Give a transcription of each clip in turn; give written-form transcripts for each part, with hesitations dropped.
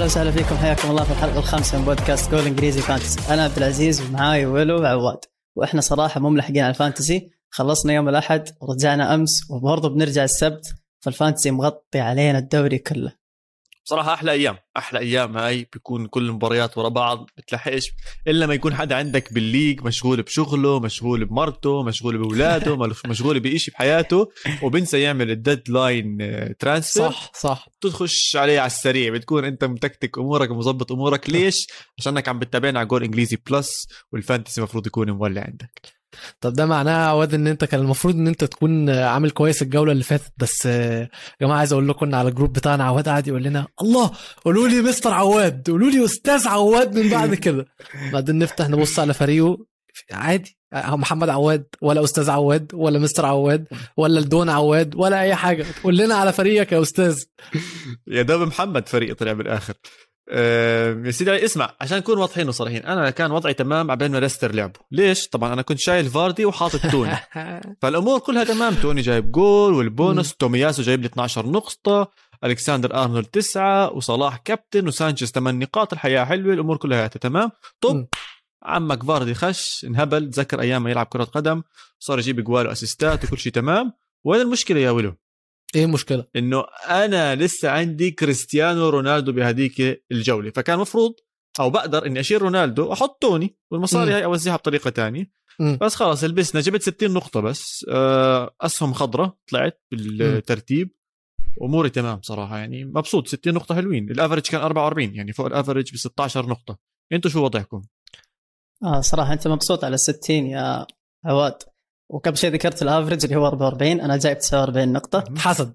وسهلا فيكم، حياكم الله في الحلقة الخامسة من بودكاست جول إنجليزي فانتسي. أنا عبد العزيز ومعاي ويلو وعواد، وإحنا صراحة مو ملحقين على الفانتسي. خلصنا يوم الأحد ورجعنا أمس وبرضه بنرجع السبت، فالفانتسي مغطي علينا الدوري كله. بصراحة أحلى أيام هاي، بيكون كل المباريات ورا بعض، بتلحقش إلا ما يكون حدا عندك بالليج مشغول بشغله، مشغول بمرته، مشغول بأولاده، مشغول بإشي بحياته، وبنسى يعمل الديدلاين ترانسفير. صح تخش عليه على السريع، بتكون أنت متكتك أمورك ومظبط أمورك. ليش؟ عشانك عم بتتابعنا على جول إنجليزي بلس، والفانتسي مفروض يكون مولع عندك. طب ده معناه عواد ان انت كان المفروض ان انت تكون عامل كويس الجوله اللي فاتت، بس يا جماعه عايز اقول لكم على الجروب بتاعنا عواد قاعد يقول لنا الله قولوا لي مستر عواد، قولوا لي استاذ عواد من بعد كده. بعدين نفتح نبص على فريقه عادي، محمد عواد ولا استاذ عواد ولا مستر عواد ولا الدون عواد ولا اي حاجه، تقول لنا على فريقك يا استاذ. يا دوب محمد فريق طلع بالاخر. يا سيدي اسمع، عشان نكون واضحين وصريحين، انا كان وضعي تمام عبين ما ليستر لعبوا. ليش؟ طبعا انا كنت شايل فاردي وحاطط توني فالامور كلها تمام. توني جايب جول والبونس، تومياسو جايب لي 12 نقطه، الكسندر ارنولد 9، وصلاح كابتن، وسانشيز 8 نقاط. الحياه حلوه، الامور كلها تمام. طب عمك فاردي خش انهبل، تذكر ايام ما يلعب كره قدم، صار يجيب جوال واسيستات وكل شيء تمام. وين المشكله يا ولو؟ ايه المشكله؟ انه انا لسه عندي كريستيانو رونالدو بهديك الجوله، فكان مفروض او بقدر اني اشيل رونالدو احط توني، والمصاري هاي اوزعها بطريقه تانية. بس خلاص لبسنا، جبت 60 نقطه بس، اسهم خضراء، طلعت بالترتيب، اموري تمام صراحه. يعني مبسوط، 60 نقطه حلوين. الافرج كان 44، يعني فوق الافرج ب 16 نقطه. انتوا شو وضعكم؟ صراحة انت مبسوط على 60 يا عواد، وقبل شيء ذكرت الافرج اللي هو 44، انا جايب 49 نقطة حسد.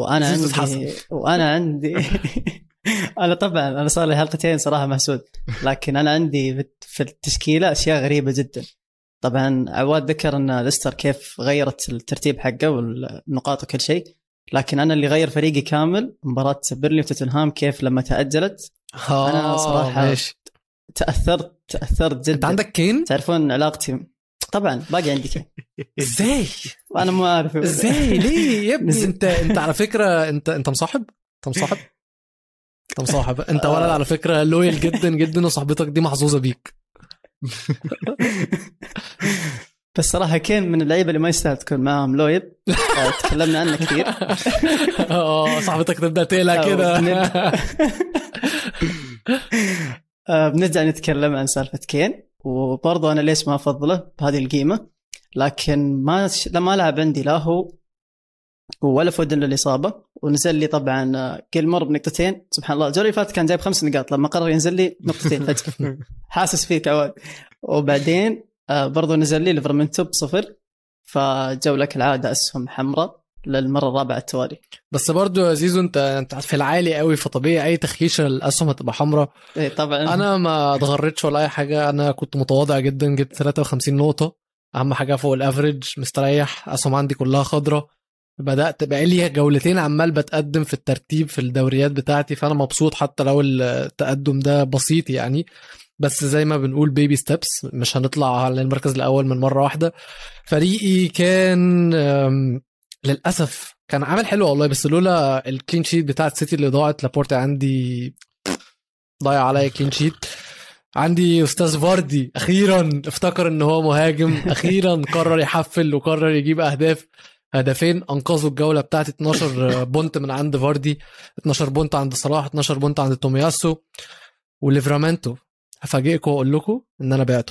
وانا عندي انا طبعا انا صار لي حلقتين صراحة محسود، لكن انا عندي في التشكيلة اشياء غريبة جدا. طبعا عواد ذكر ان ليستر كيف غيرت الترتيب حقه والنقاط وكل شيء، لكن انا اللي غير فريقي كامل مباراة بيرنلي وتوتنهام، كيف لما تأجلت انا صراحة تأثرت جدا. انت عندك كين؟ تعرفون علاقتي طبعا باقي عندي كين. ازاي؟ وانا ما اعرف ازاي ليه يا ابني. انت على فكره انت مصاحب انت ولد على فكره لويل جدا جدا، وصاحبتك دي محظوظه بيك. بس صراحه كين من اللعيبه اللي ما يستاهل تكون معاهم لويل. تكلمنا عنه كثير. صاحبتك تبدا تقلق كده. بنرجع نتكلم عن سالفه كين، وبرضه أنا ليش ما أفضله بهذه القيمة. لكن لما لعب عندي لا هو ولا فودن للإصابة، ونزل لي طبعا كيلمر بنقطتين. سبحان الله الجولة اللي فاتت كان جايب 5 نقاط، لما قرر ينزل لي نقطتين فجأة. حاسس فيك عواد. وبعدين برضه نزل لي ليفرمنتو ب0، فجولة كالعادة أسهم حمراء للمرة الرابعة التوالي. بس برضو يا زيزو انت في العالي قوي، فطبيعي اي تخيشه الاسهم هتبقى حمراء. ايه طبعا. انا ما اتغريتش ولا اي حاجه، انا كنت متواضع جدا، جبت 53 نقطه، اهم حاجه فوق الافريج، مستريح. اسهم عندي كلها خضراء، بدات بقى لي جولتين عمال بتقدم في الترتيب في الدوريات بتاعتي، فانا مبسوط حتى لو التقدم ده بسيط يعني. بس زي ما بنقول بيبي ستيبس، مش هنطلع على المركز الاول من مره واحده. فريقي كان للأسف كان عامل حلو والله، بس لولا الكلين شيت بتاعت سيتي اللي ضاعت، لابورتا عندي ضايع عليا كلين شيت. عندي أستاذ فاردي أخيرا افتكر إن هو مهاجم، أخيرا قرر يحفل وقرر يجيب هدفين أنقذوا الجولة بتاعت 12 بونت من عند فاردي، 12 بونت عند صلاح، 12 بونت عند تومياسو وليفرامنتو. هفاجئكم وأقول لكم إن أنا بعته.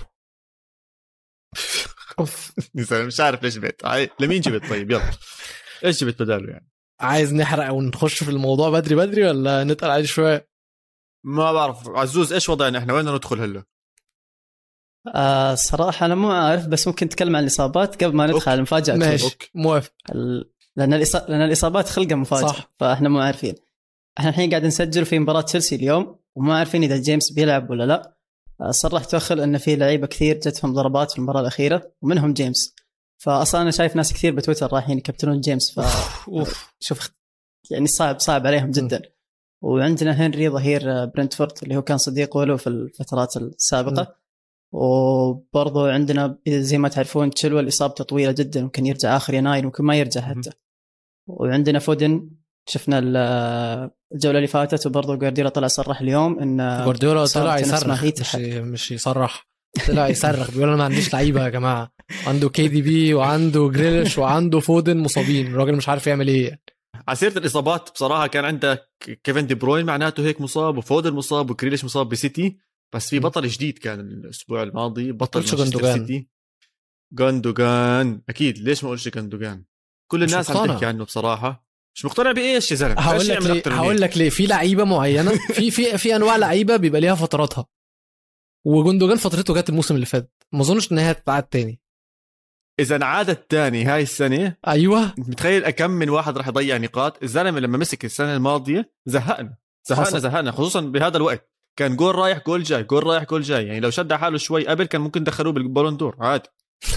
مش عارف ليش بيت. لمين جبت؟ طيب يلا ايش جبت بداله؟ يعني عايز نحرق ونخش في الموضوع بدري ولا نتقل عليه شويه؟ ما بعرف. عزوز ايش وضعنا احنا؟ وين ندخل هلا؟ صراحه انا مو عارف، بس ممكن نتكلم عن الاصابات قبل ما ندخل على المفاجاه. ماشي موافق. لان الاصابات خلقه مفاجاه، صح. فاحنا مو عارفين. احنا الحين قاعد نسجل في مباراه تشيلسي اليوم، وما عارفين اذا جيمس بيلعب ولا لا. صرح توخل ان في لعيبه كثير جتهم ضربات في المباراه الاخيره ومنهم جيمس. فاصلا انا شايف ناس كثير بتويتر رايحين يكابتنون جيمس. شوف يعني صعب عليهم جدا. وعندنا هنري ظهير برنتفورد اللي هو كان صديق ولو في الفترات السابقه. وبرضه عندنا زي ما تعرفون تشيلويل اصابته طويله جدا، ممكن يرجع اخر يناير، ممكن ما يرجع حتى. وعندنا فودن شفنا الجوله اللي فاتت، وبرضه جوارديولا طلع صرح اليوم ان جوارديولا طلع يصرخ مش يصرح، طلع يصرخ بيقول انا ما عنديش لعيبه يا جماعه، عنده KDB وعنده جريليش وعنده فودن مصابين، الراجل مش عارف يعمل ايه. على سيرة الإصابات بصراحة كان عندك كيفن دي بروين معناته هيك مصاب، وفودن مصاب، وكريليش مصاب بسيتي، بس في بطل جديد كان الأسبوع الماضي، بطل مانشستر سيتي، غوندوغان. أكيد ليش ما أقولش غوندوغان؟ كل الناس عم تحكي عنه بصراحة. مش مقتنع بإيش يا زلمة؟ هقول لك ليه. في لعيبة معينة في أنواع لعيبة بيبقى ليها فتراتها، وغوندوغان فترته جات الموسم اللي فات، ما أظنش إن هي هتتعاد تاني. إذا عادت تاني هاي السنة، أيوة متخيل كم من واحد راح يضيع نقاط. الزلمة لما مسك السنة الماضية زهقنا خصوصا بهذا الوقت، كان جول رايح جول جاي، جول رايح جول جاي، يعني لو شد حاله شوي قبل كان ممكن دخلوه بالبالون دور عادي.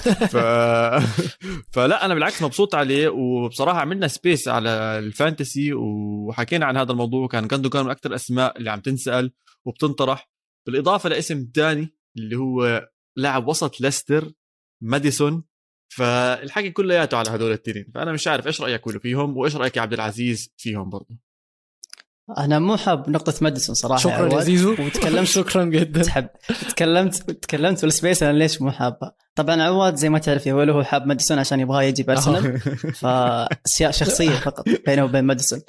فلا أنا بالعكس مبسوط عليه، وبصراحة عملنا سبيس على الفانتسي وحكينا عن هذا الموضوع. كان غوندوغان من أكتر الأسماء اللي عم تنسأل وبتنطرح، بالإضافة لاسم تاني اللي هو لاعب وسط ليستر ماديسون. فالحكي كلياته على هدول التنين، فأنا مش عارف إيش رأيك فيهم، وإيش رأيك يا عبد العزيز فيهم برضو. أنا مو حاب نقطة ماديسون صراحة. شكرا يا زيزو وتكلمت شكرا جدا. تكلمت في السبيس أنا ليش مو حابة. طبعا عواد زي ما تعرف هو حاب ماديسون عشان يبغاه يجي بأرسنال، فأشياء شخصية فقط بينه وبين ماديسون.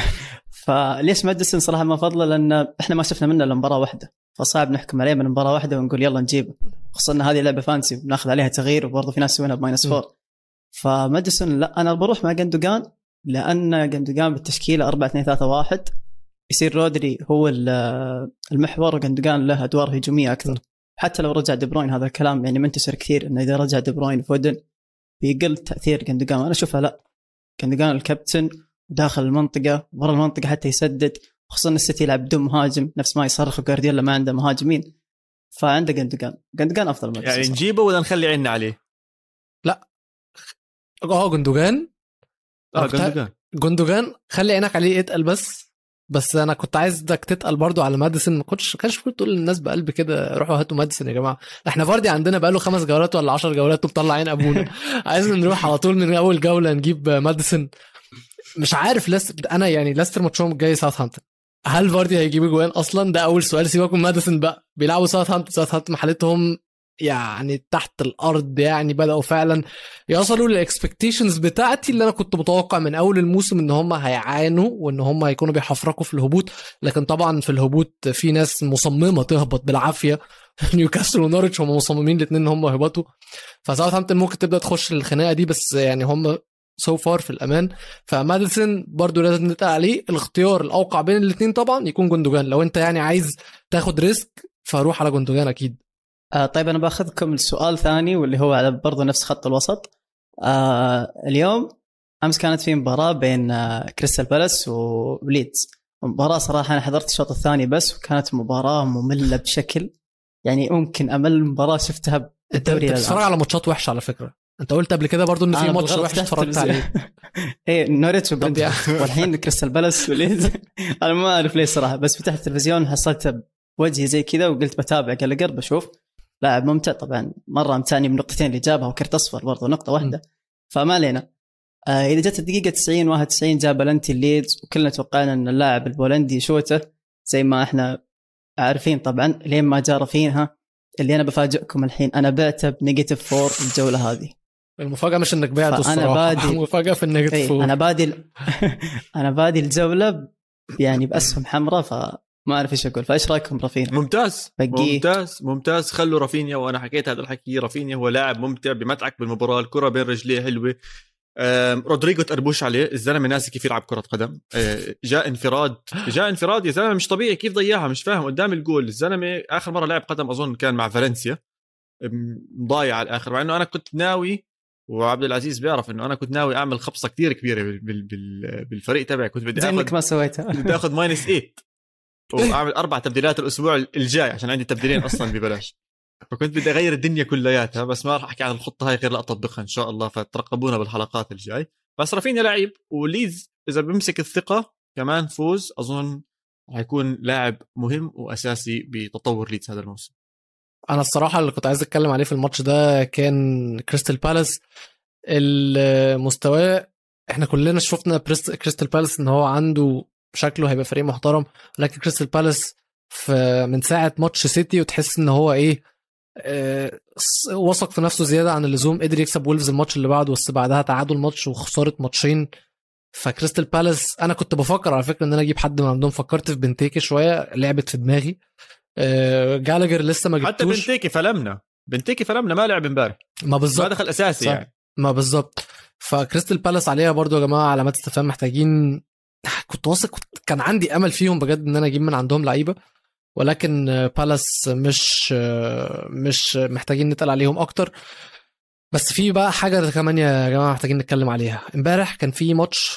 فليش ماديسون صراحة ما فضله؟ لأن إحنا ما شفنا منه لمباراة واحدة، فصعب نحكم عليه من مباراة واحدة ونقول يلا نجيبه، خصوصا ان هذه لعبه فانسي وناخذ عليها تغيير، وبرضه في ناس يسوونها ب-4. فماديسون لا، انا بروح مع غوندوغان، لان غوندوغان بالتشكيله 4-2-3-1 يصير رودري هو المحور، وغوندوغان له ادوار هجوميه اكثر. حتى لو رجع دي بروين، هذا الكلام يعني منتشر كثير انه اذا رجع دي بروين فودن بيقل تاثير غوندوغان. انا اشوفها لا، غوندوغان الكابتن داخل المنطقه برا المنطقه حتى يسدد، خصوصا السيتي يلعب بدون مهاجم نفس ما يصرخ جوارديولا ما عنده مهاجمين، فعنده غوندوغان افضل من يعني نجيبه ولا نخلي عنا عليه؟ لا غوندوغان غوندوغان خلي عينك عليه اتقل. بس انا كنت عايزك تتقل برضو على ماديسون. ما كانش المفروض تقول للناس بقلب كده روحوا هاتوا ماديسون يا جماعه، احنا فاردي عندنا بقاله 5 جولات ولا 10 جولات وبطلع عين ابونا. عايزنا نروح على طول من اول جوله نجيب ماديسون. مش عارف ليستر، انا يعني ليستر ماتشهم الجاي ساوثهامبتون، هل فاردي هيجيب جوان اصلا؟ ده اول سؤال. سيبك من ماديسون بقى، بيلعبوا ساوثهامبتون حالتهم يعني تحت الارض، يعني بداوا فعلا يوصلوا للاكسبكتيشنز بتاعتي اللي انا كنت متوقع من اول الموسم ان هم هيعانوا وان هم هيكونوا بيحفركوا في الهبوط. لكن طبعا في الهبوط في ناس مصممه تهبط بالعافيه. نيوكاسل ونوريتش هم مصممين الاثنين ان هم يهبطوا، فساوثهامبتون ممكن تبدا تخش الخناقه دي، بس يعني هم سو فار في الامان. فماديسون برضو لازم نتقل عليه. الاختيار الاوقع بين الاثنين طبعا يكون غوندوغان، لو انت يعني عايز تاخد ريسك فروح على غوندوغان اكيد. طيب انا باخذكم السؤال ثاني واللي هو على برضو نفس خط الوسط. اليوم امس كانت في مباراه بين كريستال بالاس وليدز. مباراه صراحه انا حضرت الشوط الثاني بس، وكانت مباراه ممله بشكل يعني ممكن امل مباراه شفتها بالدوري. انت بتتفرج على ماتشات وحشه على فكره، انت قلت قبل كده برضو ان في ماتش وحش اتفرجت عليه. ايه نوريتش والحين كريستال بالاس وليدز. انا ما اعرف ليش صراحه، بس فتحت التلفزيون حصلت وجهي زي كذا وقلت بتابع قال قرب اشوف. لاعب ممتع طبعا، مره امتعني بنقطتين اللي جابها، وكرت اصفر برضه نقطه واحده. فما علينا. اذا جت الدقيقه 90 91 جاب بلنتي الليدز، وكلنا توقعنا ان اللاعب البولندي شوته زي ما احنا عارفين طبعا، لين ما جاء رافينها اللي انا بفاجئكم الحين انا بعته بنيجاتيف 4 الجوله هذه. المفاجاه مش انك بعته الصراحه، المفاجاه في النيجاتيف 4. انا بادي الجوله يعني باسهم حمراء، فما اعرف ايش اقول. فايش رايكم رافينيا؟ ممتاز. خلوا رافينيا، وانا حكيت هذا الحكي. رافينيا هو لاعب ممتع بمتعك بالمباراه، الكره بين رجليه حلوه. رودريجو تربوش عليه، الزلمه ناسي كيف يلعب كره قدم. جاء انفراد يا زلمه مش طبيعي، كيف ضيعها مش فاهم قدام الجول. الزلمه اخر مره لعب قدم اظن كان مع فالنسيا، ضايع على الاخر. مع انه انا كنت ناوي، وعبد العزيز بيعرف انه انا كنت ناوي اعمل خبصه كتير كبيره بالفريق تبعي. كنت بدي اخذ ما سويتها، بدي اخذ -8 واعمل 4 تبديلات الاسبوع الجاي عشان عندي تبديلين اصلا ببلاش. فكنت بدي اغير الدنيا كلياتها، بس ما راح احكي عن الخطه هاي غير لا اطبقها ان شاء الله، فترقبونا بالحلقات الجاي. بس رافينيا لعيب، وليز اذا بمسك الثقه كمان فوز، اظن هيكون لاعب مهم واساسي بتطور ليدز هذا الموسم. انا الصراحه اللي كنت عايز اتكلم عليه في الماتش ده كان كريستال بالاس. المستوى احنا كلنا شفنا كريستال بالاس ان هو عنده شكله هيبقى فريق محترم. لكن كريستال بالاس من ساعه ماتش سيتي وتحس ان هو ايه وثق في نفسه زياده عن اللزوم. قدر يكسب وولفز الماتش اللي بعده، بس بعدها تعادل ماتش وخساره ماتشين. فكريستال بالاس انا كنت بفكر على فكره ان انا اجيب حد من عندهم، فكرت في بنتيكي شويه، لعبت في دماغي. جالاجر لسه ما جبتوش. حتى بنتيكي فلمنا ما لعب امبارح، ما بالظبط، ما دخل اساسي صح. يعني ما بالظبط. فكريستال بالاس عليها برضو يا جماعه علامات استفهام. محتاجين، كنت واثق، كان عندي امل فيهم بجد ان انا اجيب من عندهم لعيبه، ولكن بالاس مش محتاجين نتقل عليهم اكتر. بس في بقى حاجه كمان يا جماعه محتاجين نتكلم عليها. امبارح كان في ماتش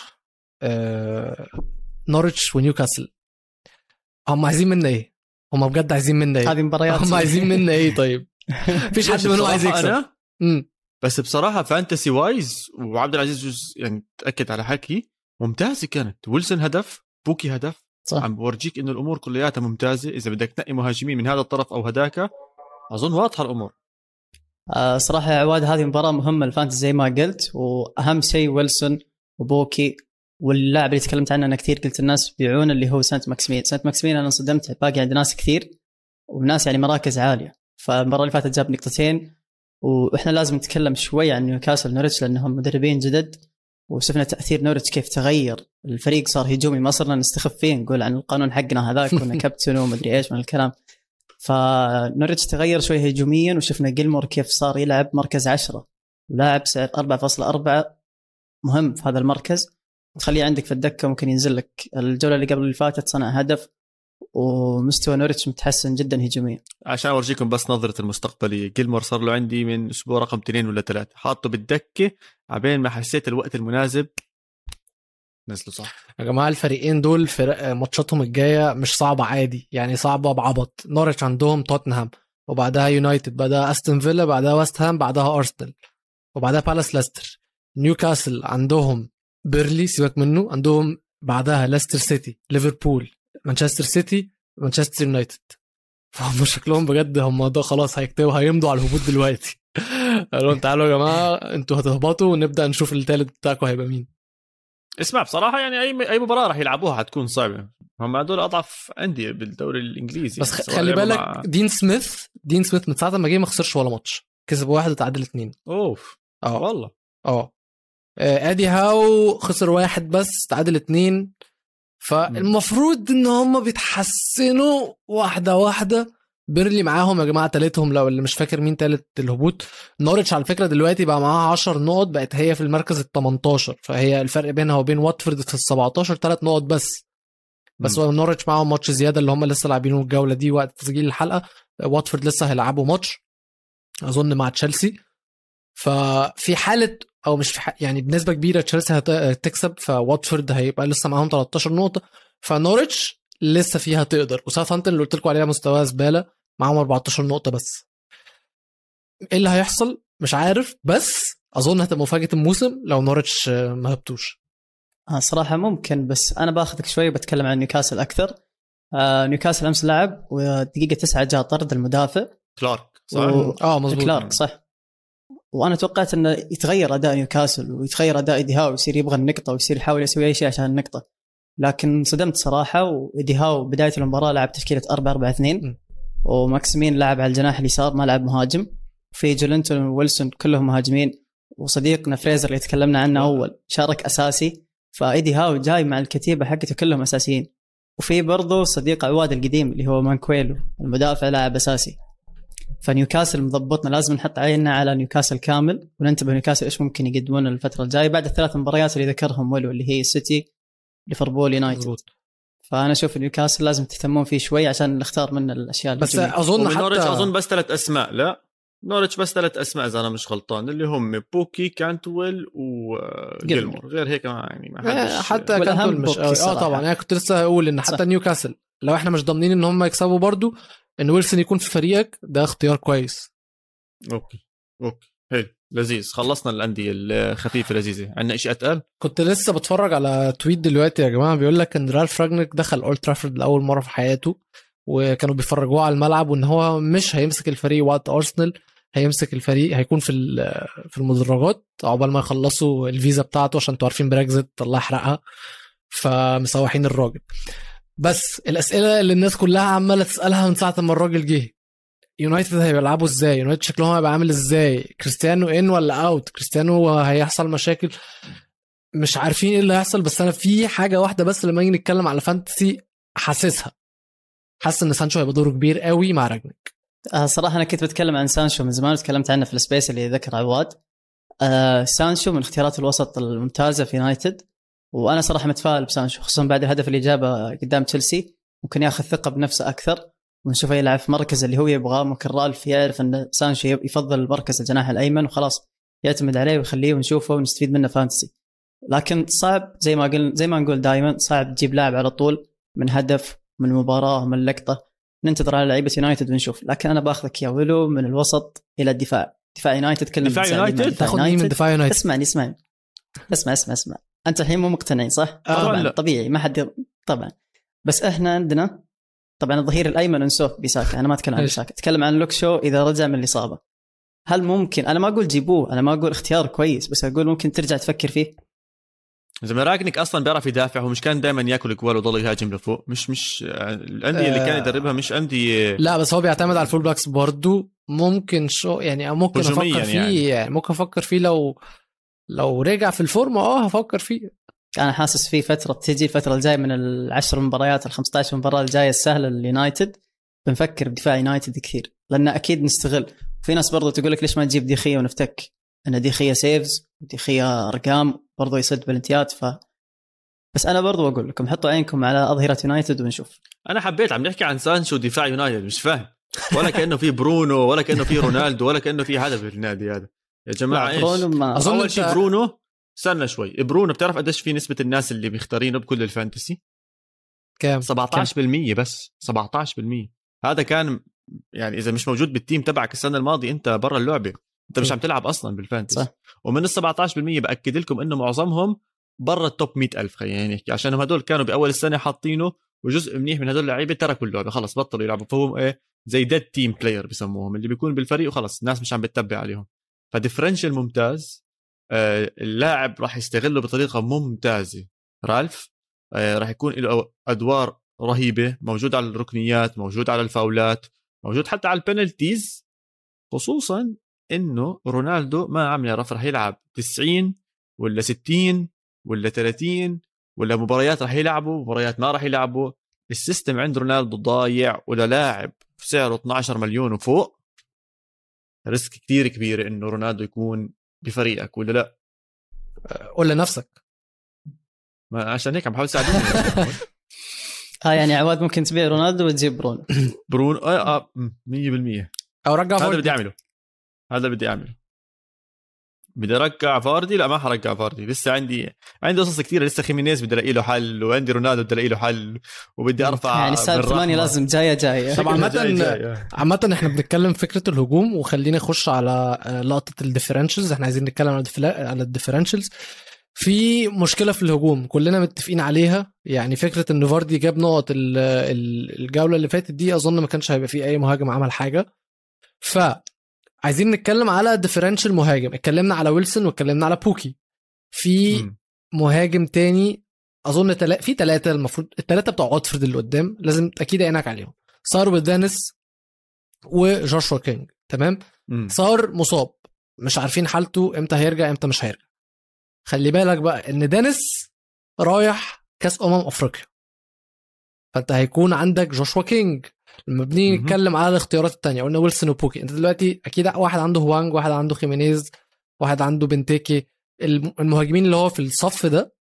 نوريتش ونيوكاسل. هم عايزين منا ايه؟ هم بجد عايزين منا ايه؟ هذه مباريات هم عايزين منا ايه؟ طيب مفيش حد منهم عايز يكسب. بس بصراحه فانتسي وايز، وعبد العزيز يعني تاكد على حكي، ممتازه كانت. ويلسون هدف، بوكي هدف، صح. عم بورجيك انه الامور كلياتها ممتازه. اذا بدك تنقي مهاجمين من هذا الطرف او هداك، اظن واضحه الامور. صراحه يا عواد هذه مباراه مهمه للفانتسي زي ما قلت، واهم شيء ويلسون وبوكي. واللاعب اللي تكلمت عنه انا كثير قلت الناس بيعون اللي هو سانت ماكسيمين انا انصدمت، باقي عند ناس كثير وناس يعني مراكز عاليه. فالمباراه اللي فاتت جاب نقطتين. واحنا لازم نتكلم شوي عن نيوكاسل نوريتش لانهم مدربين جدد، وشفنا تاثير نوريتش كيف تغير الفريق، صار هجومي ما صرنا نستخف فيه نقول عن القانون حقنا هذاك كنا كابتن ومدري ايش من الكلام. فنوريتش تغير شوي هجوميا، وشفنا جيلمور كيف صار يلعب مركز 10 ولاعب سعر 4.4 مهم في هذا المركز، تخليه عندك في الدكه ممكن ينزل لك. الجوله اللي قبل اللي فاتت صنع هدف، ومستوى نوريتش متحسن جدا هجوميا. عشان اورجيكم بس نظره المستقبليه، جيلمور صار له عندي من اسبوع رقم 2 ولا 3 حاطه بالدكه عبين ما حسيت الوقت المناسب نزلوا. صح يا جماعه الفريقين دول فرق ماتشاتهم الجايه مش صعبه عادي، يعني صعبه بعبط. نوريتش عندهم توتنهام، وبعدها يونايتد، بعدها استون فيلا، بعدها ويست هام، بعدها ارسنال، وبعدها بالاس ليستر. نيوكاسل عندهم بيرلي سيبك منه، عندهم بعدها ليستر سيتي، ليفربول، مانشستر سيتي، مانشستر يونايتد. فهم شكلهم بجد هم ده خلاص هيمضوا على الهبوط دلوقتي. قالوا تعالوا يا جماعه انتوا هتهبطوا ونبدا نشوف الثالث بتاعكم هيبقى مين. اسمع بصراحه يعني اي مباراه راح يلعبوها حتكون صعبه، هم هذول اضعف انديه بالدوري الانجليزي. بس خلي بالك دين سميث من ساعه ما جه ما خسرش ولا ماتش، كسب 1 وتعادل 2. اوف والله. ادي هاو خسر 1 بس تعادل 2. فالمفروض ان هم بيتحسنوا واحده واحده. بيرلي معاهم يا جماعه ثالثهم، لو اللي مش فاكر مين ثالث الهبوط. نوريتش على فكره دلوقتي بقى معاها 10 نقط، بقت هي في المركز ال 18، فهي الفرق بينها وبين واتفورد في ال 17 3 نقط بس نوريتش معاهم ماتش زياده اللي هم لسه لاعبينه الجوله دي وقت تسجيل الحلقه. واتفورد لسه هيلعبوا ماتش اظن مع تشيلسي. ففي حاله او مش في يعني بنسبه كبيره تشيلسي هتكسب، فواتفورد هيبقى لسه معاهم 13 نقطه، فنوريتش لسه فيها تقدر. وساوثهامبتون اللي قلت لكم عليها مستوى زباله معاهم 14 نقطه بس. ايه اللي هيحصل مش عارف، بس اظن هتبقى مفاجاه الموسم لو نوريتش ما هبطوش. صراحه ممكن، بس انا باخذك شوي بتكلم عن نيوكاسل اكثر. نيوكاسل امس لعب ودقيقه 9 جاء طرد المدافع كلارك صح. مظبوط كلارك صح. وانا توقعت انه يتغير اداء نيوكاسل ويتغير اداء ايدي هاو ويصير يبغى النقطه ويصير يحاول يسوي اي شيء عشان النقطه، لكن صدمت صراحه. وايدي هاو بدايه المباراه لعب تشكيله 4-4-2 وماكسيمين لعب على الجناح اليسار ما لعب مهاجم، في جولينتون وويلسون كلهم مهاجمين، وصديقنا فريزر اللي تكلمنا عنه اول شارك اساسي. فايدي هاو جاي مع الكتيبه حقته كلهم اساسيين. وفي برضه صديق عواد القديم اللي هو مانكويلو المدافع لاعب اساسي. فنيوكاسل مضبطنا، لازم نحط عيننا على نيوكاسل كامل وننتبه نيوكاسل ايش ممكن يقدمون الفتره الجايه بعد الثلاث مباريات اللي ذكرهم ولو اللي هي سيتي ليفربول يونايتد. فانا اشوف نيوكاسل لازم تهتمون فيه شوي عشان نختار من الاشياء بس اظن حتى نوريتش اظن بس 3 اسماء. لا نوريتش بس 3 اسماء اذا انا مش غلطان، اللي هم بوكي كانتويل وجيلمور، غير هيك يعني ما حتى كانتويل مش طبعا. انا كنت لسه هقول ان حتى نيوكاسل لو احنا مش ضامنين ان هم يكسبوا برضو، ان ويلسون يكون في فريقك ده اختيار كويس. اوكي حلو لذيذ. خلصنا الانديه الخفيفه لذيذه. عندنا شيء اتقل. كنت لسه بتفرج على تويت دلوقتي يا جماعه بيقول لك ان رالف راجنيك دخل اولد ترافورد لاول مره في حياته، وكانوا بيفرجوه على الملعب، وان هو مش هيمسك الفريق وقت ارسنال، هيمسك الفريق هيكون في المدرجات عقبال ما يخلصوا الفيزا بتاعته، عشان انتوا عارفين بريكزيت الله يحرقها. فمسوحين الراجل. بس الاسئله اللي الناس كلها عماله تسالها من ساعه ما الراجل جه، يونايتد هيلعبوا ازاي؟ يونايتد شكلهم هيبقى عامل ازاي؟ كريستيانو ان ولا اوت؟ كريستيانو هيحصل مشاكل، مش عارفين ايه اللي هيحصل. بس انا في حاجه واحده بس لما نيجي نتكلم على فانتسي حاسس ان سانشو هيبقى دوره كبير قوي مع راجنيك. صراحه انا كنت بتكلم عن سانشو من زمان، وتكلمت عنه في السبيس اللي ذكر عواد. سانشو من اختيارات الوسط الممتازه في يونايتد، وانا صراحه متفائل بسانشو، خصوصا بعد الهدف اللي جابه قدام تشيلسي. ممكن ياخذ ثقه بنفسه اكثر ونشوفه يلعب في مركز اللي هو يبغاه. ممكن رالف يعرف ان سانشو يفضل المركز الجناح الايمن وخلاص يعتمد عليه ويخليه ونشوفه ونستفيد منه فانتسي. لكن صعب زي ما نقول دائما، صعب تجيب لاعب على طول من هدف من مباراه من لقطه. ننتظر على لعيبه يونايتد ونشوف. لكن انا باخذك يا ولو من الوسط الى الدفاع. دفاع يونايتد كلنا دفاع يونايتد تاخذ مين من دفاع يونايتد؟ اسمعني اسمع انت الحين مو مقتنعين صح؟ طبعا طبيعي ما حد طبعا. بس احنا عندنا طبعا الظهير الايمن انسوف بيساكا. انا ما اتكلم عن بيساكا، اتكلم عن لوكشو اذا رجع من الاصابه. هل ممكن، انا ما اقول جيبوه، انا ما اقول اختيار كويس، بس اقول ممكن ترجع تفكر فيه. زي ما راجنيك اصلا بيعرف يدافع، هو مش كان دائما ياكل جوال وضل يهاجم لفوق. مش الانديه اللي كان يدربها مش انديه. لا بس هو بيعتمد على الفول باكس برضو. ممكن يعني ممكن افكر فيه يعني ممكن افكر فيه لو رجع في الفورمه هفكر فيه. انا حاسس في فتره تجي الفتره الجايه من ال10 مباريات ال15 مباراه الجايه السهله لليونايتد بنفكر بدفاع يونايتد كثير، لان اكيد نستغل. في ناس برضو تقول لك ليش ما تجيب ديخيا ونفتك ان ديخيا سيفز وديخيا ارقام برضو يسد بلنتيات. بس انا برضو اقول لكم حطوا عينكم على اظهره يونايتد ونشوف. انا حبيت عم نحكي عن سانشو دفاع يونايتد، مش فاهم ولا كانه في برونو ولا كانه في رونالدو ولا كانه في حدا في النادي هذا يا جماعه. ايش اظن اول شيء برونو استنى شوي. برونو بتعرف قديش في نسبه الناس اللي بيختارينه بكل الفانتسي؟ كم؟ 17% بس 17%. هذا كان يعني اذا مش موجود بالتيم تبعك السنه الماضيه انت برا اللعبه، انت مش عم تلعب اصلا بالفانتسي. ومن ال 17% باكد لكم انه معظمهم برا التوب 100,000 خلينا نحكي، عشان هدول كانوا باول السنه حاطينه، وجزء منيح من هدول اللعيبه تركوا اللعبه خلص بطلوا يلعبوا. فهم زي ديد تيم بلاير بسموهم، اللي بيكون بالفريق وخلص الناس مش عم بتتبع عليهم. فديفرنشال ممتاز. اللاعب راح يستغله بطريقه ممتازه. رالف راح يكون له ادوار رهيبه، موجود على الركنيات، موجود على الفاولات، موجود حتى على البنالتيز. خصوصا انه رونالدو ما عم يعرف راح يلعب 90 ولا 60 ولا 30 ولا مباريات راح يلعبوا مباريات ما راح يلعبوا. السيستم عند رونالدو ضايع، ولا لاعب سعره 12 مليون وفوق ريسك كتير كبير انه رونالدو يكون بفريقك ولا لا. قول لنفسك. ما عشان هيك عم بحاول ساعدني. يعني عواد ممكن تبيع رونالدو وتجيب برونو 100%. او رجع هذا بدي اعمله، هذا بدي اعمله. بدي ارجع فاردي. لا ما حرجع فاردي، لسه عندي قصص كثيره. لسه خيمينيز بدي الاقي له حل، وعندي رونالدو بدي الاقي له حل، وبدي ارفع يعني السالفه 8 لازم جايه. طبعا عامه احنا بنتكلم فكره الهجوم، وخلينا نخش على لقطه الديفرنشلز. احنا عايزين نتكلم على الديفرنشلز. في مشكله في الهجوم كلنا متفقين عليها، يعني فكره ان فاردي جاب نقط الجوله اللي فاتت دي، اظن ما كانش هيبقى في اي مهاجم عمل حاجه. عايزين نتكلم على ديفرنشال مهاجم. اتكلمنا على ويلسون واتكلمنا على بوكي. في مهاجم تاني اظن في 3 المفروض، ال3 بتوع واتفورد اللي قدام لازم اكيد عينك عليهم. صار ودانيس وجوشوا كينج. تمام. صار مصاب، مش عارفين حالته امتى هيرجع امتى مش هيرجع. خلي بالك بقى ان دانيس رايح كاس افريقيا، فانت هيكون عندك جوشوا كينج. لما بنيجي نتكلم على الاختيارات التانية قلنا ويلسون وبوكي. انت دلوقتي اكيد واحد عنده هوانج، واحد عنده خيمينيز، واحد عنده بنتيكي. المهاجمين اللي هو في الصف ده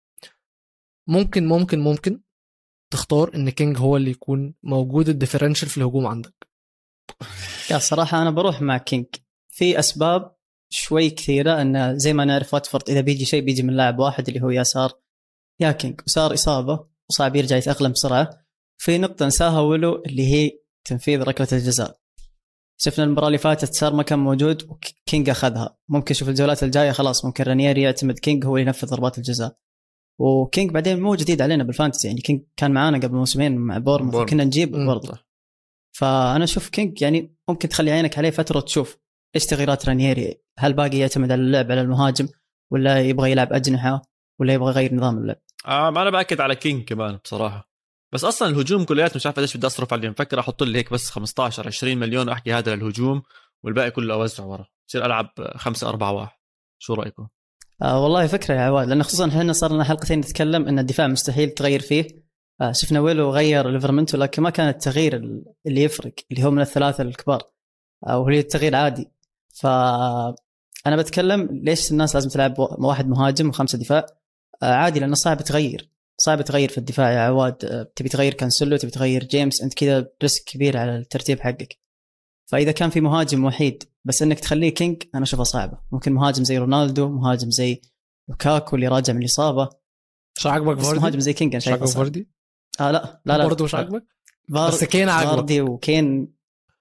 ممكن تختار ان كينج هو اللي يكون موجود الديفرنشال في الهجوم عندك. يا صراحة انا بروح مع كينج في اسباب شوي كثيرة. ان زي ما نعرف واتفورد اذا بيجي شيء بيجي من لاعب واحد اللي هو ياسار يا كينج، وصار اصابة وصعب يرجع يتأقلم بسرعة. في نقطة نساها ولو اللي هي تنفيذ ركلة الجزاء. شفنا المباراة اللي فاتت صار ما كان موجود وكينج أخذها. ممكن شوف الجولات الجاية خلاص ممكن رانييري يعتمد كينج هو ينفذ ضربات الجزاء. وكينج بعدين مو جديد علينا بالفانتسي، يعني كينج كان معانا قبل موسمين مع بورموث كنا نجيب برضه. فأنا أشوف كينج يعني ممكن تخلي عينك عليه فترة تشوف إيش تغييرات رانييري. هل باقي يعتمد على اللعب على المهاجم، ولا يبغى يلعب أجنحة، ولا يبغى يغير نظام اللعب. ما انا باكد على كينج كمان بصراحه. بس اصلا الهجوم كلياته مش عارف ليش بدي اصرف عليه. مفكر احط لي هيك بس 15-20 مليون واحكي هذا للهجوم والباقي كله اوزعه ورا، بصير العب 5-4-1. شو رايكم؟ والله فكره يا عواد، لان خصوصا احنا صار لنا حلقتين نتكلم ان الدفاع مستحيل تغير فيه. شفنا ويلو غير ليفرمنتو، لكن ما كان التغيير اللي يفرق اللي هو من الثلاثه الكبار، وهي التغيير عادي. فانا بتكلم ليش الناس لازم تلعب واحد مهاجم و5 دفاع. عادي، لانه صعب تغير في الدفاع يا عواد. تبي تغير كانسلو، تبي تغير جيمس، انت كذا ريسك كبير على الترتيب حقك. فاذا كان في مهاجم وحيد بس انك تخليه كينج، انا اشوفها صعبه. ممكن مهاجم زي رونالدو، مهاجم زي لوكاكو اللي راجع من الاصابه. مش عاجبك فاردي؟ مهاجم زي كينج انا شايفه فاردي. لا برضه مش عاجبك. بس كين عاجبك. فاردي وكين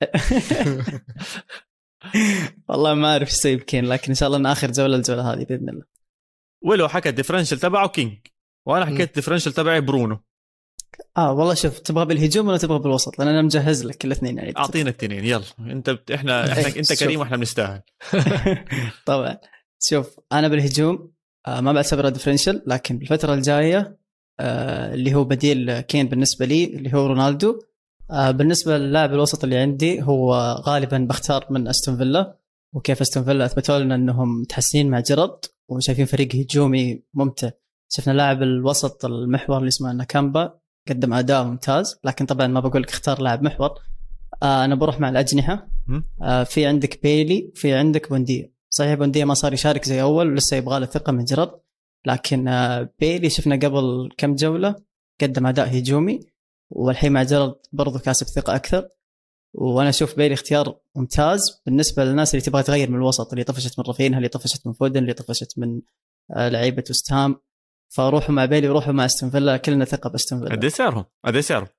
والله ما اعرف ايش يسوي بكين، لكن ان شاء الله ان اخر الجوله هذه باذن الله. ولو حكى الديفرنشل تبعه كينج، وانا حكيت الديفرنشل تبعي برونو. والله شوف، تبغى بالهجوم ولا تبغى بالوسط؟ لان انا مجهز لك الاثنين يعني. اعطينا الاثنين يلا. احنا انت كريم واحنا بنستاهل. طبعا شوف، انا بالهجوم ما بعتبره ديفرنشل، لكن بالفتره الجايه اللي هو بديل كين بالنسبه لي اللي هو رونالدو. بالنسبه للاعب الوسط اللي عندي هو غالبا بختار من استون فيلا. وكيف استون فيلا اثبتوا لنا انهم متحسنين مع جيرارد وشايفين فريق هجومي ممتع. شفنا لاعب الوسط المحور اللي اسمه ناكامبا قدم اداء ممتاز، لكن طبعا ما بقول لك اختار لاعب محور. انا بروح مع الاجنحه. في عندك بيلي، في عندك بونديا. صحيح بونديا ما صار يشارك زي اول ولسه يبغى له ثقه من جيرارد، لكن بيلي شفنا قبل كم جوله قدم اداء هجومي، والحين مع جيرارد برضو كاسب ثقه اكثر. وانا اشوف بيلي اختيار ممتاز بالنسبه للناس اللي تبغى تغير من الوسط، اللي طفشت من رافينها، اللي طفشت من فودن، اللي طفشت من لعيبه وستهام. فروحوا مع بيلي وروحوا مع استون فيلا، كلنا ثقه باستون فيلا. قد سعرهم؟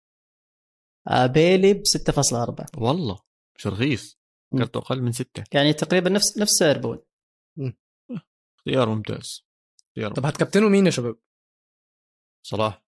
بيلي ب6.4. والله مش رخيص، كرته اقل من 6 يعني تقريبا نفس سعر بون. اختيار ممتاز. طب هتكابتنوا مين يا شباب؟ صلاح.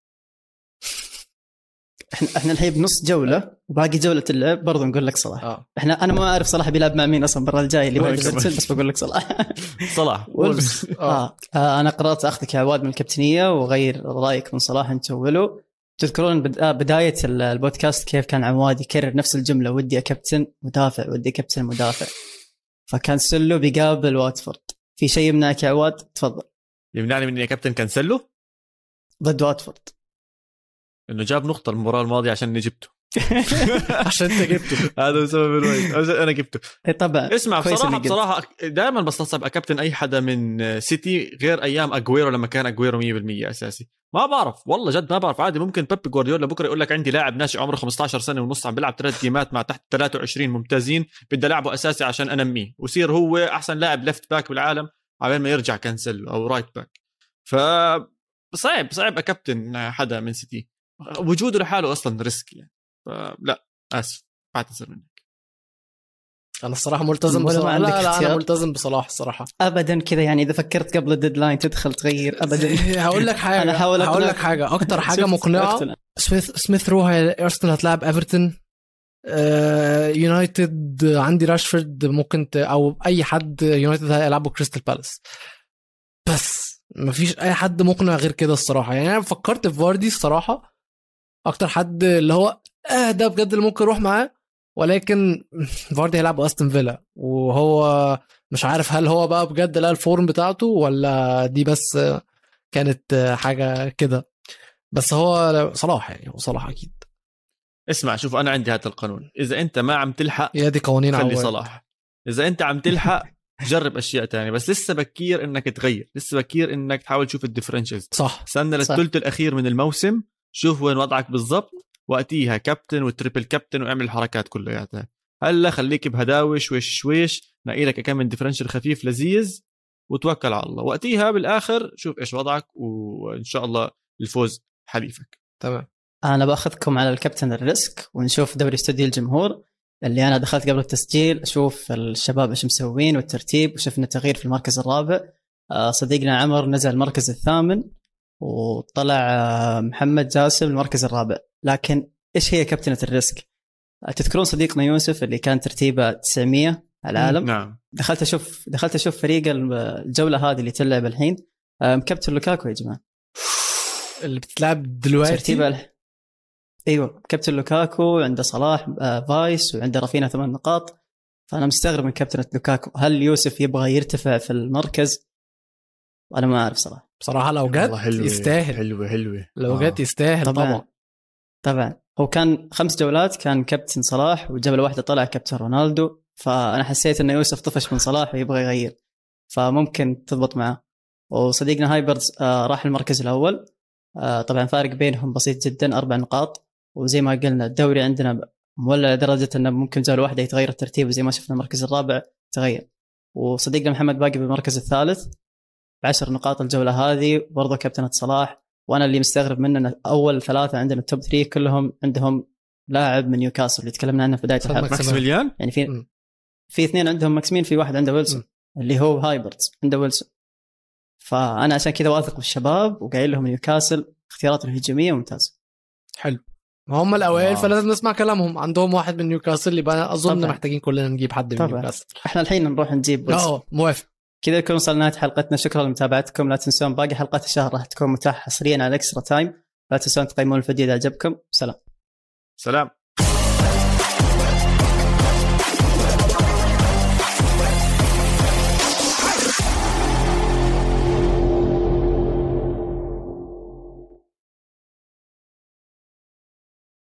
احنا الحين بنص جوله وباقي جوله اللعب برضو نقول لك صلاح. انا ما اعرف صلاح بيلعب مع مين اصلا المره الجايه اللي هو بس بقول لك صلاح. صلاح. انا قررت اخذك يا عواد من الكابتنيه وغير رايك من صلاح انت وولو. تذكرون بدايه البودكاست كيف كان عواد يكرر نفس الجمله، ودي كابتن مدافع، ودي كابتن مدافع. فكانسلو بيقابل واتفورد. في شيء يمنعك يا عواد؟ تفضل. يمنعني من يا كابتن كانسلو ضد واتفورد؟ انه جاب نقطه المباراه الماضيه عشان اني جبته. عشان انت جبته. هذا سبب الوحيد انا جبته. طبعا اسمع، بصراحه دائما بستصعب اكابتن اي حدا من سيتي غير ايام اجويرو لما كان اجويرو 100% اساسي. ما بعرف والله جد ما بعرف. عادي ممكن بيب جوارديولا بكره يقول لك عندي لاعب ناشئ عمره 15 سنه ونص عم بيلعب 3 جيمات مع تحت 23 ممتازين، بدي العبه اساسي عشان انميه ويصير هو احسن لاعب ليفت باك بالعالم على ما يرجع كانسل او رايت باك. صعب اكابتن حدا من سيتي، وجوده لحاله اصلا ريسك يعني. لا اسف، بعتذر منك. انا الصراحه ملتزم بصلاح. لا انا ملتزم بصلاح الصراحه ابدا كذا. يعني اذا فكرت قبل الديدلاين تدخل تغير ابدا. هقول لك حاجه اكتر حاجه مقنعه. سميث رو ارسنال هتلاعب ايفرتون. يونايتد عندي راشفورد ممكن او اي حد يونايتد هيلعبوا كريستال بالاس، بس مفيش اي حد مقنع غير كده الصراحه. يعني انا فكرت في فاردي الصراحه اكتر حد اللي هو ده بجد اللي ممكن اروح معاه، ولكن فاردي هيلعب استون فيلا وهو مش عارف هل هو بقى بجد لا الفورم بتاعته ولا دي بس كانت حاجه كده. بس هو صلاح، يعني هو صلاح اكيد. اسمع شوف، انا عندي هذا القانون، اذا انت ما عم تلحق يا دي قوانين خلي صلاح، اذا انت عم تلحق جرب اشياء تانية. بس لسه بكير انك تغير، لسه بكير انك تحاول تشوف الديفرنشلز. صح، استنى للثلث الاخير من الموسم، شوف وين وضعك بالضبط، وقتيها كابتن وتريبل كابتن واعمل الحركات كلها. هلا خليك بهداوي شويش نقي لك كم من ديفرنشل خفيف لذيذ وتوكل على الله. وقتيها بالاخر شوف ايش وضعك، وان شاء الله الفوز حليفك. تمام. انا باخذكم على الكابتن الريسك، ونشوف دوري استوديو الجمهور اللي انا دخلت قبل التسجيل اشوف الشباب ايش مسوين والترتيب، وشفنا تغيير في المركز الرابع. صديقنا عمر نزل المركز الثامن، وطلع محمد جاسم المركز الرابع. لكن ايش هي كابتنة الريسك؟ تذكرون صديقنا يوسف اللي كان ترتيبه 900 على العالم؟ نعم. دخلت اشوف فريق الجوله هذه اللي تلعب الحين، مكابتن لوكاكو يا جماعه. اللي بتلعب دلوقتي ايوه كابتن لوكاكو، عنده صلاح فايس، وعنده رافينا 8 نقاط. فانا مستغرب من كابتن لوكاكو، هل يوسف يبغى يرتفع في المركز؟ انا ما اعرف بصراحه لو جت يستاهل. حلوه لو جت يستاهل طبعا. هو كان 5 جولات كان كابتن صلاح، والجوله واحده طلع كابتن رونالدو، فانا حسيت ان يوسف طفش من صلاح ويبغى يغير، فممكن تضبط معه. وصديقنا هايبرز راح المركز الاول. طبعا فارق بينهم بسيط جدا 4 نقاط، وزي ما قلنا الدوري عندنا مولع لدرجه انه ممكن جوله واحده يتغير الترتيب، وزي ما شفنا المركز الرابع تغير. وصديقنا محمد باقي بالمركز الثالث ب10 نقاط الجوله هذه، برضه كابتنة صلاح. وانا اللي مستغرب منه ان اول 3 عندنا التوب 3 كلهم عندهم لاعب من نيوكاسل اللي تكلمنا عنه في بدايه الحلقه، ماكسيميليان. يعني في 2 عندهم ماكسيمين، في واحد عنده ويلسون اللي هو هايبرز عنده ويلسون. فانا عشان كذا واثق بالشباب وقايل لهم نيوكاسل اختياراتهم الهجوميه ممتازه. حلو، ما هم الاوائل فلازم نسمع كلامهم. عندهم واحد من نيوكاسل اللي بقى اظن طبعا. محتاجين كلنا نجيب حد من نيوكاسل. احنا الحين نروح نجيب موافق. كذا نكون وصلنا لنهايه حلقتنا. شكرا لمتابعتكم. لا تنسون باقي حلقات الشهر راح تكون متاحه حصريا على اكسترا تايم. لا تنسون تقيمون الفيديو اذا عجبكم. سلام.